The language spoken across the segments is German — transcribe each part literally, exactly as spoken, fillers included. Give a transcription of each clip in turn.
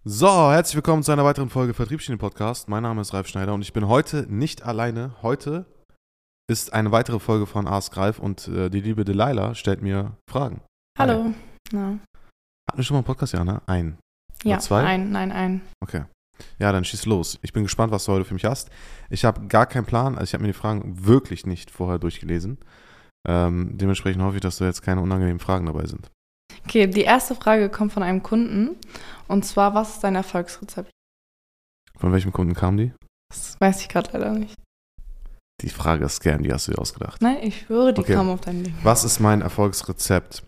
So, herzlich willkommen zu einer weiteren Folge Vertriebsschiene-Podcast. Mein Name ist Ralf Schneider und ich bin heute nicht alleine. Heute ist eine weitere Folge von Ask Ralf und äh, die liebe Delilah stellt mir Fragen. Hallo. Hi. Ja. Hatten wir schon mal einen Podcast, ja, ne? Ein. Ja, Oder zwei? ein, nein, ein. Okay. Ja, dann schieß los. Ich bin gespannt, was du heute für mich hast. Ich habe gar keinen Plan, also ich habe mir die Fragen wirklich nicht vorher durchgelesen. Ähm, dementsprechend hoffe ich, dass da jetzt keine unangenehmen Fragen dabei sind. Okay, die erste Frage kommt von einem Kunden. Und zwar, was ist dein Erfolgsrezept? Von welchem Kunden kam die? Das weiß ich gerade leider nicht. Die Frage ist Scam, die hast du dir ausgedacht. Nein, ich schwöre, die Okay. kam auf dein Ding. Was ist mein Erfolgsrezept?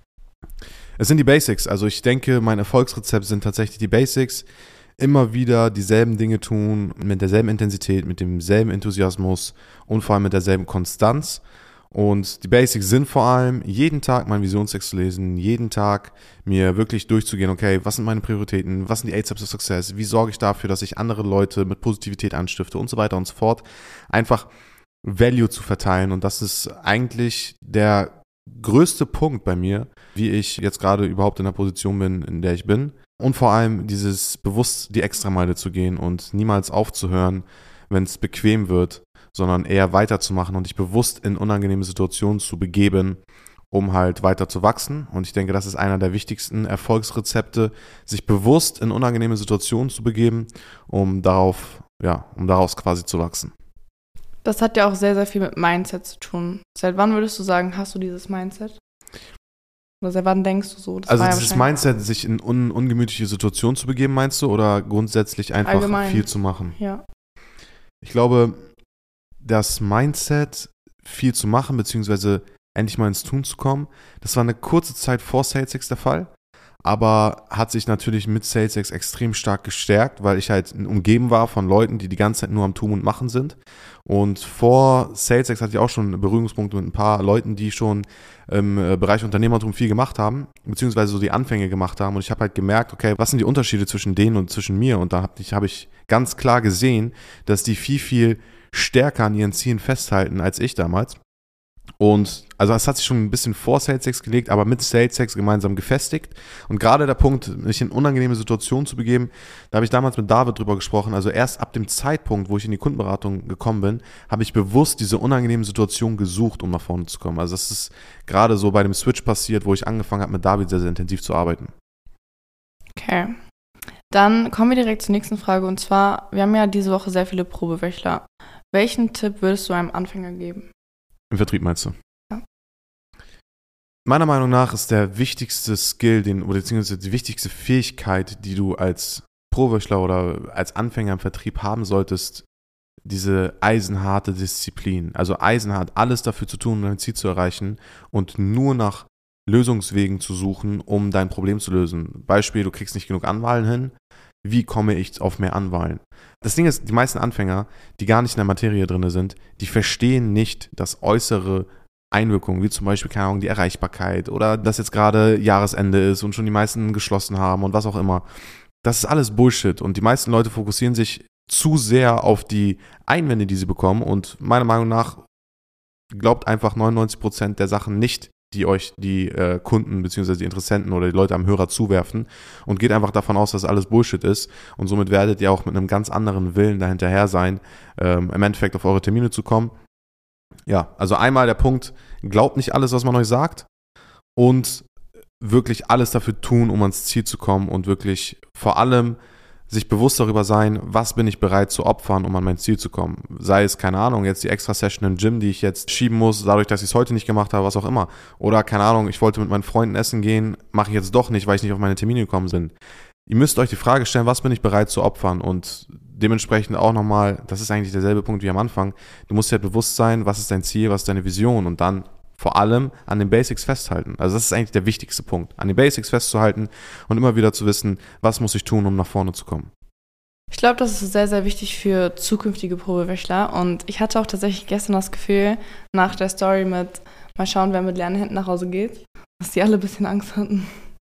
Es sind die Basics. Also ich denke, mein Erfolgsrezept sind tatsächlich die Basics. Immer wieder dieselben Dinge tun, mit derselben Intensität, mit demselben Enthusiasmus und vor allem mit derselben Konstanz. Und die Basics sind vor allem, jeden Tag meinen Visionstext zu lesen, jeden Tag mir wirklich durchzugehen, okay, was sind meine Prioritäten, was sind die Eight Steps of Success, wie sorge ich dafür, dass ich andere Leute mit Positivität anstifte und so weiter und so fort. Einfach Value zu verteilen, und das ist eigentlich der größte Punkt bei mir, wie ich jetzt gerade überhaupt in der Position bin, in der ich bin. Und vor allem dieses bewusst die Extrameile zu gehen und niemals aufzuhören, wenn es bequem wird, sondern eher weiterzumachen und dich bewusst in unangenehme Situationen zu begeben, um halt weiter zu wachsen. Und ich denke, das ist einer der wichtigsten Erfolgsrezepte, sich bewusst in unangenehme Situationen zu begeben, um darauf, ja, um daraus quasi zu wachsen. Das hat ja auch sehr, sehr viel mit Mindset zu tun. Seit wann würdest du sagen, hast du dieses Mindset? Oder seit wann denkst du so? Das also war ja dieses wahrscheinlich- Mindset, sich in un- ungemütliche Situationen zu begeben, meinst du? Oder grundsätzlich einfach Allgemein. viel zu machen? Ja. Ich glaube, das Mindset, viel zu machen, beziehungsweise endlich mal ins Tun zu kommen, das war eine kurze Zeit vor SalesX der Fall, aber hat sich natürlich mit SalesX extrem stark gestärkt, weil ich halt umgeben war von Leuten, die die ganze Zeit nur am Tun und Machen sind. Und vor SalesX hatte ich auch schon Berührungspunkte mit ein paar Leuten, die schon im Bereich Unternehmertum viel gemacht haben, beziehungsweise so die Anfänge gemacht haben. Und ich habe halt gemerkt, okay, was sind die Unterschiede zwischen denen und zwischen mir? Und da habe ich, hab ich ganz klar gesehen, dass die viel, viel stärker an ihren Zielen festhalten als ich damals. Und also es hat sich schon ein bisschen vor SalesX gelegt, aber mit SalesX gemeinsam gefestigt. Und gerade der Punkt, mich in unangenehme Situationen zu begeben, da habe ich damals mit David drüber gesprochen. Also erst ab dem Zeitpunkt, wo ich in die Kundenberatung gekommen bin, habe ich bewusst diese unangenehmen Situationen gesucht, um nach vorne zu kommen. Also das ist gerade so bei dem Switch passiert, wo ich angefangen habe, mit David sehr, sehr intensiv zu arbeiten. Okay. Dann kommen wir direkt zur nächsten Frage. Und zwar, wir haben ja diese Woche sehr viele Probewächler. Welchen Tipp würdest du einem Anfänger geben? Im Vertrieb meinst du? Ja. Meiner Meinung nach ist der wichtigste Skill, den, oder beziehungsweise die wichtigste Fähigkeit, die du als Probewächler oder als Anfänger im Vertrieb haben solltest, diese eisenharte Disziplin. Also eisenhart, alles dafür zu tun, um dein Ziel zu erreichen und nur nach Lösungswegen zu suchen, um dein Problem zu lösen. Beispiel, du kriegst nicht genug Anwahlen hin. Wie komme ich auf mehr Anwahlen? Das Ding ist, die meisten Anfänger, die gar nicht in der Materie drin sind, die verstehen nicht, dass äußere Einwirkungen, wie zum Beispiel, keine Ahnung, die Erreichbarkeit oder dass jetzt gerade Jahresende ist und schon die meisten geschlossen haben und was auch immer. Das ist alles Bullshit, und die meisten Leute fokussieren sich zu sehr auf die Einwände, die sie bekommen, und meiner Meinung nach glaubt einfach neunundneunzig Prozent der Sachen nicht, die euch die äh, Kunden bzw. die Interessenten oder die Leute am Hörer zuwerfen, und geht einfach davon aus, dass alles Bullshit ist, und somit werdet ihr auch mit einem ganz anderen Willen dahinterher sein, ähm, im Endeffekt auf eure Termine zu kommen. Ja, also einmal der Punkt, glaubt nicht alles, was man euch sagt, und wirklich alles dafür tun, um ans Ziel zu kommen, und wirklich vor allem sich bewusst darüber sein, was bin ich bereit zu opfern, um an mein Ziel zu kommen. Sei es, keine Ahnung, jetzt die extra Session im Gym, die ich jetzt schieben muss, dadurch, dass ich es heute nicht gemacht habe, was auch immer. Oder, keine Ahnung, ich wollte mit meinen Freunden essen gehen, mache ich jetzt doch nicht, weil ich nicht auf meine Termine gekommen bin. Ihr müsst euch die Frage stellen, was bin ich bereit zu opfern, und dementsprechend auch nochmal, das ist eigentlich derselbe Punkt wie am Anfang, du musst dir halt bewusst sein, was ist dein Ziel, was ist deine Vision, und dann vor allem an den Basics festhalten. Also das ist eigentlich der wichtigste Punkt, an den Basics festzuhalten und immer wieder zu wissen, was muss ich tun, um nach vorne zu kommen. Ich glaube, das ist sehr, sehr wichtig für zukünftige Probewächler. Und ich hatte auch tatsächlich gestern das Gefühl, nach der Story mit mal schauen, wer mit leeren Händen nach Hause geht, dass die alle ein bisschen Angst hatten,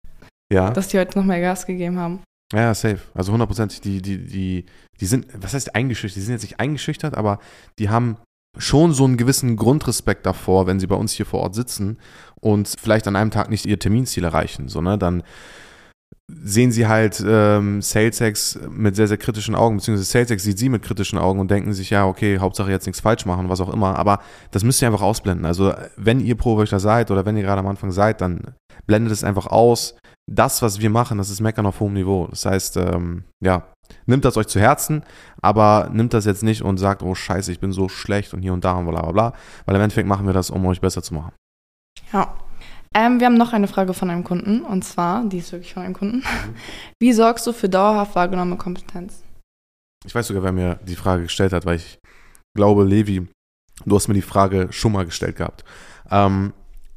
Ja. dass die heute noch mehr Gas gegeben haben. Ja, safe. Also hundertprozentig. Die, die, die, die sind, was heißt eingeschüchtert? Die sind jetzt nicht eingeschüchtert, aber die haben schon so einen gewissen Grundrespekt davor, wenn sie bei uns hier vor Ort sitzen und vielleicht an einem Tag nicht ihr Terminziel erreichen. So, ne? Dann sehen sie halt ähm, SalesX mit sehr, sehr kritischen Augen, beziehungsweise SalesX sieht sie mit kritischen Augen und denken sich, ja, okay, Hauptsache jetzt nichts falsch machen, was auch immer. Aber das müsst ihr einfach ausblenden. Also wenn ihr Pro-Wöchler seid oder wenn ihr gerade am Anfang seid, dann blendet es einfach aus. Das, was wir machen, das ist Meckern auf hohem Niveau. Das heißt, ähm, ja, nimmt das euch zu Herzen, aber nimmt das jetzt nicht und sagt, oh Scheiße, ich bin so schlecht und hier und da und bla bla bla. Weil im Endeffekt machen wir das, um euch besser zu machen. Ja. Ähm, wir haben noch eine Frage von einem Kunden, und zwar, die ist wirklich von einem Kunden. Wie sorgst du für dauerhaft wahrgenommene Kompetenz? Ich weiß sogar, wer mir die Frage gestellt hat, weil ich glaube, Levi, du hast mir die Frage schon mal gestellt gehabt. Ähm,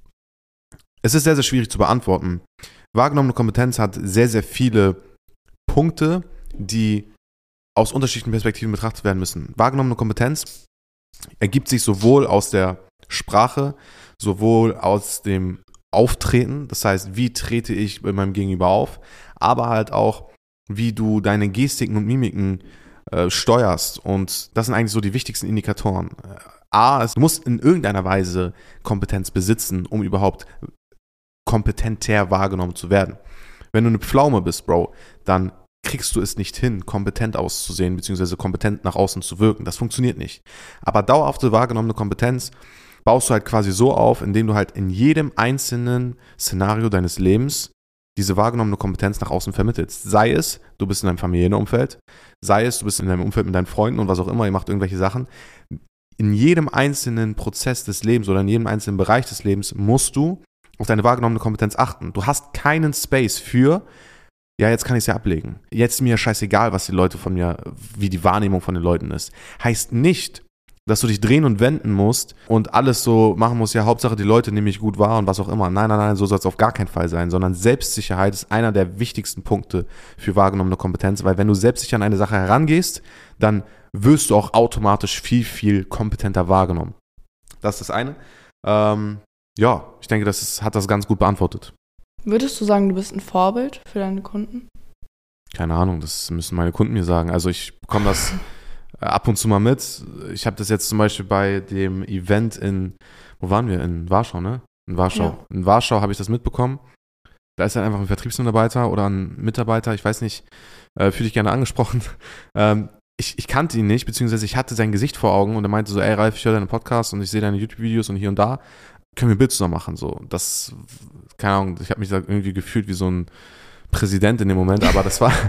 es ist sehr, sehr schwierig zu beantworten. Wahrgenommene Kompetenz hat sehr, sehr viele Punkte, die aus unterschiedlichen Perspektiven betrachtet werden müssen. Wahrgenommene Kompetenz ergibt sich sowohl aus der Sprache, sowohl aus dem Auftreten, das heißt, wie trete ich bei meinem Gegenüber auf, aber halt auch, wie du deine Gestiken und Mimiken äh, steuerst, und das sind eigentlich so die wichtigsten Indikatoren. A, du musst in irgendeiner Weise Kompetenz besitzen, um überhaupt kompetenter wahrgenommen zu werden. Wenn du eine Pflaume bist, Bro, dann kriegst du es nicht hin, kompetent auszusehen, beziehungsweise kompetent nach außen zu wirken. Das funktioniert nicht. Aber dauerhafte wahrgenommene Kompetenz baust du halt quasi so auf, indem du halt in jedem einzelnen Szenario deines Lebens diese wahrgenommene Kompetenz nach außen vermittelst. Sei es, du bist in deinem Familienumfeld, sei es, du bist in deinem Umfeld mit deinen Freunden und was auch immer, ihr macht irgendwelche Sachen. In jedem einzelnen Prozess des Lebens oder in jedem einzelnen Bereich des Lebens musst du auf deine wahrgenommene Kompetenz achten. Du hast keinen Space für, ja, jetzt kann ich es ja ablegen. Jetzt ist mir scheißegal, was die Leute von mir, wie die Wahrnehmung von den Leuten ist. Heißt nicht, dass du dich drehen und wenden musst und alles so machen musst, ja, Hauptsache die Leute nehmen mich gut wahr und was auch immer. Nein, nein, nein, so soll es auf gar keinen Fall sein, sondern Selbstsicherheit ist einer der wichtigsten Punkte für wahrgenommene Kompetenz, weil wenn du selbstsicher an eine Sache herangehst, dann wirst du auch automatisch viel, viel kompetenter wahrgenommen. Das ist das eine. Ähm, ja, ich denke, das ist, hat das ganz gut beantwortet. Würdest du sagen, du bist ein Vorbild für deine Kunden? Keine Ahnung, das müssen meine Kunden mir sagen. Also ich bekomme das ab und zu mal mit. Ich habe das jetzt zum Beispiel bei dem Event in, wo waren wir? In Warschau, ne? In Warschau. Ja. In Warschau habe ich das mitbekommen. Da ist dann einfach ein Vertriebsmitarbeiter oder ein Mitarbeiter, ich weiß nicht, äh, fühle ich gerne angesprochen. ähm, ich, ich kannte ihn nicht, beziehungsweise ich hatte sein Gesicht vor Augen und er meinte so, ey Ralf, ich höre deinen Podcast und ich sehe deine YouTube-Videos und hier und da. Können wir ein Bild zusammen machen? So, das, keine Ahnung, ich habe mich da irgendwie gefühlt wie so ein Präsident in dem Moment, aber das war,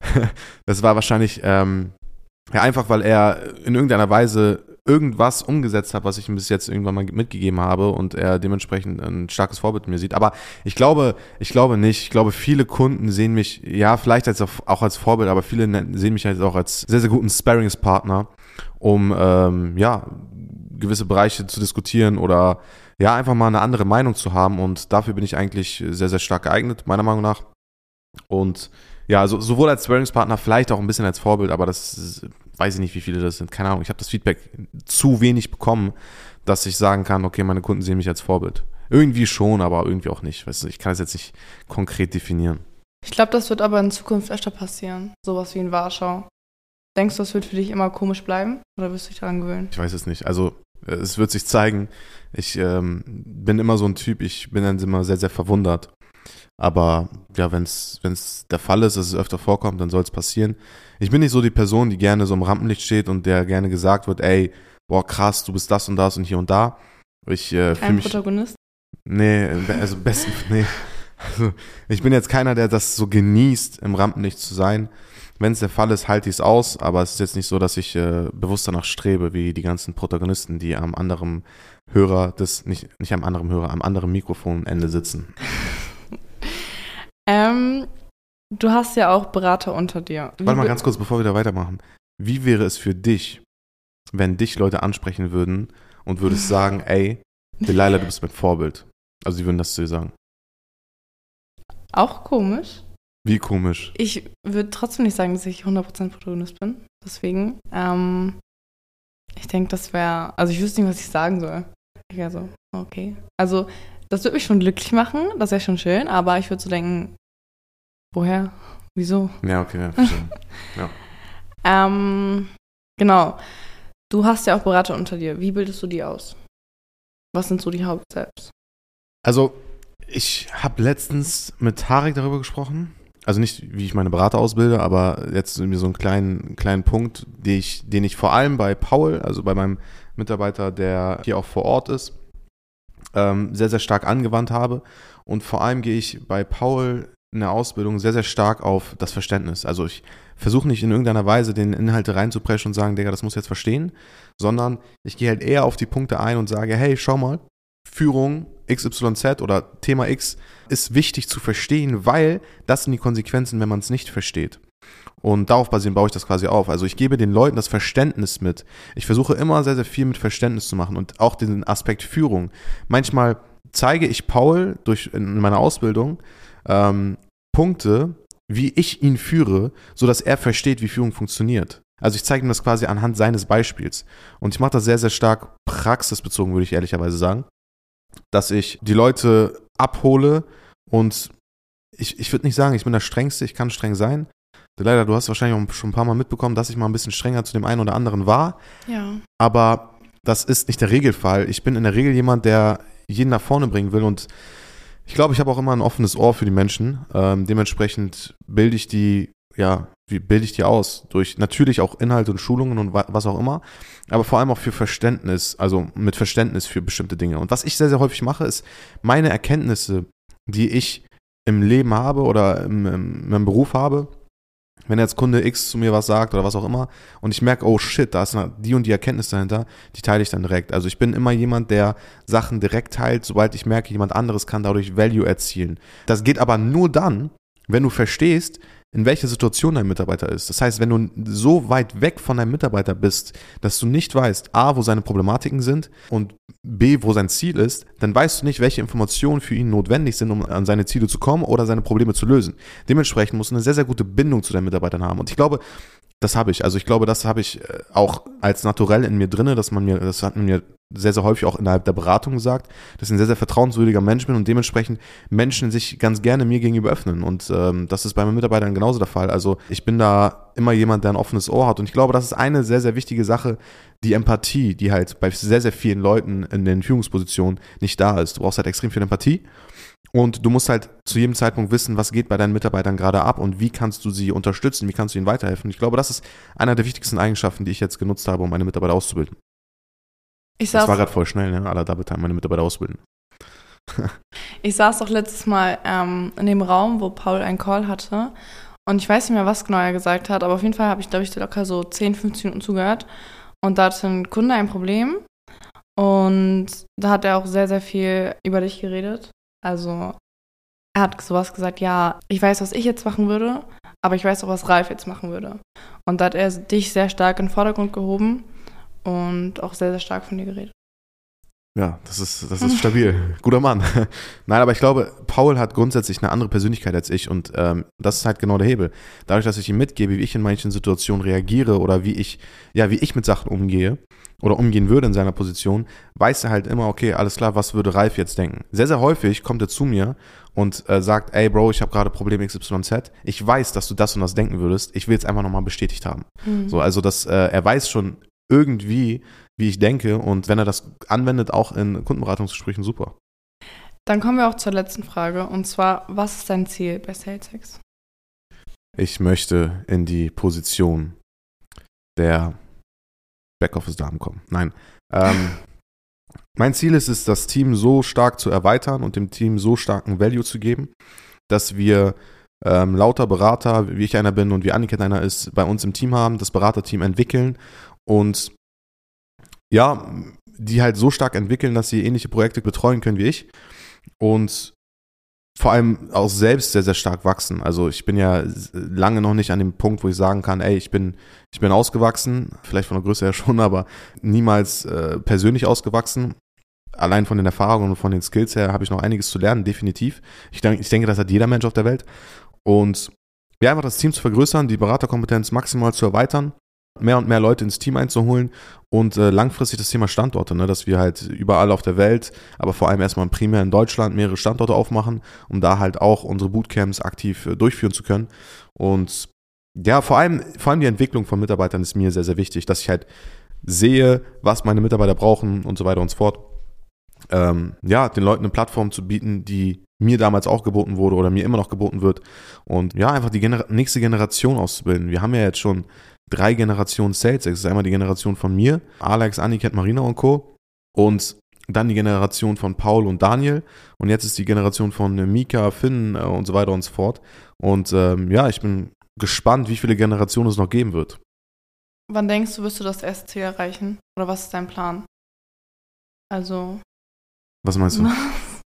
das war wahrscheinlich, ähm, ja, einfach, weil er in irgendeiner Weise irgendwas umgesetzt hat, was ich ihm bis jetzt irgendwann mal mitgegeben habe und er dementsprechend ein starkes Vorbild in mir sieht. Aber ich glaube, ich glaube nicht. Ich glaube, viele Kunden sehen mich, ja, vielleicht als auch als Vorbild, aber viele sehen mich halt auch als sehr, sehr guten Sparringspartner, um, ähm, ja, gewisse Bereiche zu diskutieren oder ja, einfach mal eine andere Meinung zu haben, und dafür bin ich eigentlich sehr, sehr stark geeignet, meiner Meinung nach. Und ja, also sowohl als Sparringspartner, vielleicht auch ein bisschen als Vorbild, aber das ist, weiß ich nicht, wie viele das sind, keine Ahnung. Ich habe das Feedback zu wenig bekommen, dass ich sagen kann, okay, meine Kunden sehen mich als Vorbild. Irgendwie schon, aber irgendwie auch nicht. Weißt du, ich kann das jetzt nicht konkret definieren. Ich glaube, das wird aber in Zukunft öfter passieren, sowas wie in Warschau. Denkst du, das wird für dich immer komisch bleiben oder wirst du dich daran gewöhnen? Ich weiß es nicht. Also es wird sich zeigen. Ich ähm, bin immer so ein Typ, ich bin dann immer sehr, sehr verwundert. Aber ja, wenn es der Fall ist, dass es öfter vorkommt, dann soll es passieren. Ich bin nicht so die Person, die gerne so im Rampenlicht steht und der gerne gesagt wird, ey, boah krass, du bist das und das und hier und da. Ich äh, fühle mich... Protagonist? Nee, also besten... nee. Also, ich bin jetzt keiner, der das so genießt, im Rampenlicht zu sein. Wenn es der Fall ist, halte ich es aus, aber es ist jetzt nicht so, dass ich äh, bewusst danach strebe, wie die ganzen Protagonisten, die am anderen Hörer, des, nicht, nicht am anderen Hörer, am anderen Mikrofonende sitzen. ähm, du hast ja auch Berater unter dir. Wie Warte mal ganz kurz, bevor wir da weitermachen. Wie wäre es für dich, wenn dich Leute ansprechen würden und würdest sagen, ey, Delilah, du bist mein Vorbild? Also die würden das zu dir sagen. Auch komisch. Wie komisch? Ich würde trotzdem nicht sagen, dass ich hundert Prozent Protagonist bin. Deswegen, ähm, ich denke, das wäre, also ich wüsste nicht, was ich sagen soll. Ich wäre so, okay. Also, das würde mich schon glücklich machen, das wäre schon schön, aber ich würde so denken, woher? Wieso? Ja, okay, ja, verstehe. ja. Ähm, genau. Du hast ja auch Berater unter dir. Wie bildest du die aus? Was sind so die Hauptsteps? Also, ich habe letztens mit Tarek darüber gesprochen. also nicht, wie ich meine Berater ausbilde, aber jetzt so einen kleinen, kleinen Punkt, den ich, den ich vor allem bei Paul, also bei meinem Mitarbeiter, der hier auch vor Ort ist, ähm, sehr, sehr stark angewandt habe. Und vor allem gehe ich bei Paul in der Ausbildung sehr, sehr stark auf das Verständnis. Also ich versuche nicht in irgendeiner Weise den Inhalte reinzupreschen und sagen, Digga, das muss jetzt verstehen, sondern ich gehe halt eher auf die Punkte ein und sage, hey, schau mal, Führung X Y Z oder Thema X ist wichtig zu verstehen, weil das sind die Konsequenzen, wenn man es nicht versteht. Und darauf basierend baue ich das quasi auf. Also ich gebe den Leuten das Verständnis mit. Ich versuche immer sehr, sehr viel mit Verständnis zu machen und auch den Aspekt Führung. Manchmal zeige ich Paul durch in meiner Ausbildung ähm, Punkte, wie ich ihn führe, sodass er versteht, wie Führung funktioniert. Also ich zeige ihm das quasi anhand seines Beispiels. Und ich mache das sehr, sehr stark praxisbezogen, würde ich ehrlicherweise sagen, dass ich die Leute abhole und ich, ich würde nicht sagen, ich bin der Strengste, ich kann streng sein. Leider, du hast wahrscheinlich auch schon ein paar Mal mitbekommen, dass ich mal ein bisschen strenger zu dem einen oder anderen war. Ja. Aber das ist nicht der Regelfall. Ich bin in der Regel jemand, der jeden nach vorne bringen will und ich glaube, ich habe auch immer ein offenes Ohr für die Menschen. Ähm, dementsprechend bilde ich die, ja, wie bilde ich die aus? Durch natürlich auch Inhalte und Schulungen und wa- was auch immer, aber vor allem auch für Verständnis, also mit Verständnis für bestimmte Dinge. Und was ich sehr, sehr häufig mache, ist meine Erkenntnisse, die ich im Leben habe oder im, im, in meinem Beruf habe, wenn jetzt Kunde X zu mir was sagt oder was auch immer und ich merke, oh shit, da ist eine, die und die Erkenntnis dahinter, die teile ich dann direkt. Also ich bin immer jemand, der Sachen direkt teilt, sobald ich merke, jemand anderes kann dadurch Value erzielen. Das geht aber nur dann, wenn du verstehst, in welcher Situation dein Mitarbeiter ist. Das heißt, wenn du so weit weg von deinem Mitarbeiter bist, dass du nicht weißt, A, wo seine Problematiken sind und B, wo sein Ziel ist, dann weißt du nicht, welche Informationen für ihn notwendig sind, um an seine Ziele zu kommen oder seine Probleme zu lösen. Dementsprechend musst du eine sehr, sehr gute Bindung zu deinen Mitarbeitern haben. Und ich glaube, das habe ich. Also ich glaube, das habe ich auch als naturell in mir drinne, dass man mir, das hat man mir sehr, sehr häufig auch innerhalb der Beratung gesagt, dass ich ein sehr, sehr vertrauenswürdiger Mensch bin und dementsprechend Menschen sich ganz gerne mir gegenüber öffnen. Und ähm, das ist bei meinen Mitarbeitern genauso der Fall. Also ich bin da immer jemand, der ein offenes Ohr hat. Und ich glaube, das ist eine sehr, sehr wichtige Sache, die Empathie, die halt bei sehr, sehr vielen Leuten in den Führungspositionen nicht da ist. Du brauchst halt extrem viel Empathie. Und du musst halt zu jedem Zeitpunkt wissen, was geht bei deinen Mitarbeitern gerade ab und wie kannst du sie unterstützen, wie kannst du ihnen weiterhelfen. Ich glaube, das ist einer der wichtigsten Eigenschaften, die ich jetzt genutzt habe, um meine Mitarbeiter auszubilden. Ich das saß, war gerade voll schnell, ne? Aller Double Time, meine Mitarbeiter ausbilden. ich saß doch letztes Mal ähm, in dem Raum, wo Paul einen Call hatte und ich weiß nicht mehr, was genau er gesagt hat, aber auf jeden Fall habe ich, glaube ich, locker so zehn, fünfzehn Minuten zugehört und da hatte ein Kunde ein Problem und da hat er auch sehr, sehr viel über dich geredet. Also er hat sowas gesagt, ja, ich weiß, was ich jetzt machen würde, aber ich weiß auch, was Ralf jetzt machen würde. Und da hat er dich sehr stark in den Vordergrund gehoben und auch sehr, sehr stark von dir geredet. Ja, das ist, das ist stabil. Guter Mann. Nein, aber ich glaube, Paul hat grundsätzlich eine andere Persönlichkeit als ich und ähm, das ist halt genau der Hebel. Dadurch, dass ich ihm mitgebe, wie ich in manchen Situationen reagiere oder wie ich, ja, wie ich mit Sachen umgehe oder umgehen würde in seiner Position, weiß er halt immer, okay, alles klar, was würde Ralf jetzt denken? Sehr, sehr häufig kommt er zu mir und äh, sagt, ey Bro, ich habe gerade Problem X Y Z. Ich weiß, dass du das und das denken würdest. Ich will es einfach nochmal bestätigt haben. Mhm. So, also das, äh, er weiß schon irgendwie, wie ich denke und wenn er das anwendet, auch in Kundenberatungsgesprächen, super. Dann kommen wir auch zur letzten Frage und zwar, was ist dein Ziel bei SalesX? Ich möchte in die Position der Backoffice-Damen kommen. Nein. Ähm, mein Ziel ist es, das Team so stark zu erweitern und dem Team so starken Value zu geben, dass wir ähm, lauter Berater, wie ich einer bin und wie Annika einer ist, bei uns im Team haben, das Beraterteam entwickeln und ja, die halt so stark entwickeln, dass sie ähnliche Projekte betreuen können wie ich und vor allem auch selbst sehr, sehr stark wachsen. Also ich bin ja lange noch nicht an dem Punkt, wo ich sagen kann, ey, ich bin, ich bin ausgewachsen, vielleicht von der Größe her schon, aber niemals äh, persönlich ausgewachsen. Allein von den Erfahrungen und von den Skills her habe ich noch einiges zu lernen, definitiv. Ich denke, ich denke, das hat jeder Mensch auf der Welt. Und ja, einfach das Team zu vergrößern, die Beraterkompetenz maximal zu erweitern, mehr und mehr Leute ins Team einzuholen und äh, langfristig das Thema Standorte, ne, dass wir halt überall auf der Welt, aber vor allem erstmal primär in Deutschland mehrere Standorte aufmachen, um da halt auch unsere Bootcamps aktiv äh, durchführen zu können. Und ja, vor allem, vor allem die Entwicklung von Mitarbeitern ist mir sehr, sehr wichtig, dass ich halt sehe, was meine Mitarbeiter brauchen und so weiter und so fort. ähm, ja, den Leuten eine Plattform zu bieten, die mir damals auch geboten wurde oder mir immer noch geboten wird. Und ja, einfach die Gener- nächste Generation auszubilden. Wir haben ja jetzt schon drei Generationen Sales. Es ist einmal die Generation von mir, Alex, Aniket, Marina und Co. Und dann die Generation von Paul und Daniel. Und jetzt ist die Generation von äh, Mika, Finn äh, und so weiter und so fort. Und ähm, ja, ich bin gespannt, wie viele Generationen es noch geben wird. Wann denkst du, wirst du das erste Ziel erreichen? Oder was ist dein Plan? Also. Was meinst du?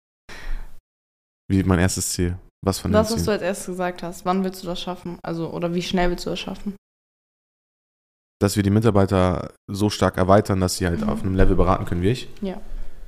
Wie mein erstes Ziel? Was von dem Das, Ziel? was du als erstes gesagt hast. Wann willst du das schaffen? Also, oder wie schnell willst du das schaffen? Dass wir die Mitarbeiter so stark erweitern, dass sie halt Mhm. auf einem Level beraten können wie ich. Ja.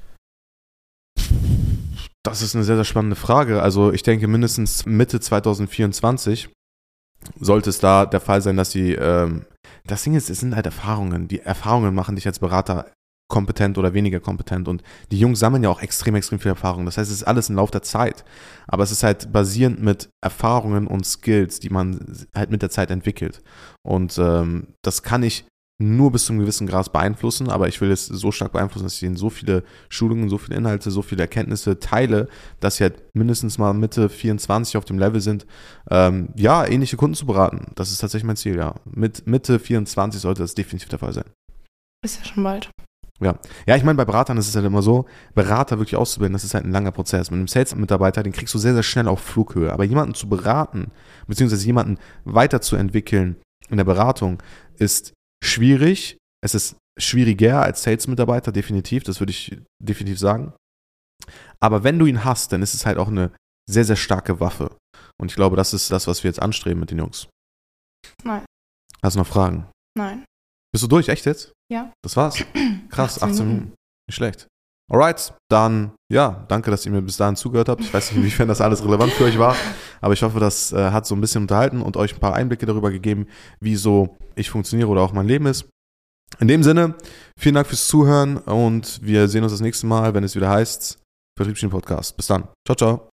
Das ist eine sehr, sehr spannende Frage. Also ich denke, mindestens Mitte zwanzig vierundzwanzig sollte es da der Fall sein, dass sie, ähm, das Ding ist, es sind halt Erfahrungen. Die Erfahrungen machen dich als Berater kompetent oder weniger kompetent und die Jungs sammeln ja auch extrem, extrem viel Erfahrung. Das heißt, es ist alles im Lauf der Zeit. Aber es ist halt basierend mit Erfahrungen und Skills, die man halt mit der Zeit entwickelt. Und ähm, das kann ich nur bis zu einem gewissen Grad beeinflussen, aber ich will es so stark beeinflussen, dass ich ihnen so viele Schulungen, so viele Inhalte, so viele Erkenntnisse teile, dass sie halt mindestens mal Mitte vierundzwanzig auf dem Level sind, ähm, ja, ähnliche Kunden zu beraten. Das ist tatsächlich mein Ziel, ja. Mit Mitte vierundzwanzig sollte das definitiv der Fall sein. Ist ja schon bald. Ja, ja, ich meine, bei Beratern ist es halt immer so, Berater wirklich auszubilden, das ist halt ein langer Prozess. Mit einem Sales-Mitarbeiter, den kriegst du sehr, sehr schnell auf Flughöhe. Aber jemanden zu beraten, beziehungsweise jemanden weiterzuentwickeln in der Beratung, ist schwierig. Es ist schwieriger als Sales-Mitarbeiter, definitiv, das würde ich definitiv sagen. Aber wenn du ihn hast, dann ist es halt auch eine sehr, sehr starke Waffe. Und ich glaube, das ist das, was wir jetzt anstreben mit den Jungs. Nein. Hast du noch Fragen? Nein. Bist du durch, echt jetzt? Ja. Das war's. Krass, achtzehn achtzehn Minuten. Nicht schlecht. Alright, dann, ja, danke, dass ihr mir bis dahin zugehört habt. Ich weiß nicht, inwiefern das alles relevant für euch war, aber ich hoffe, das äh, hat so ein bisschen unterhalten und euch ein paar Einblicke darüber gegeben, wie so ich funktioniere oder auch mein Leben ist. In dem Sinne, vielen Dank fürs Zuhören und wir sehen uns das nächste Mal, wenn es wieder heißt Vertriebsschienen Podcast. Bis dann. Ciao, ciao.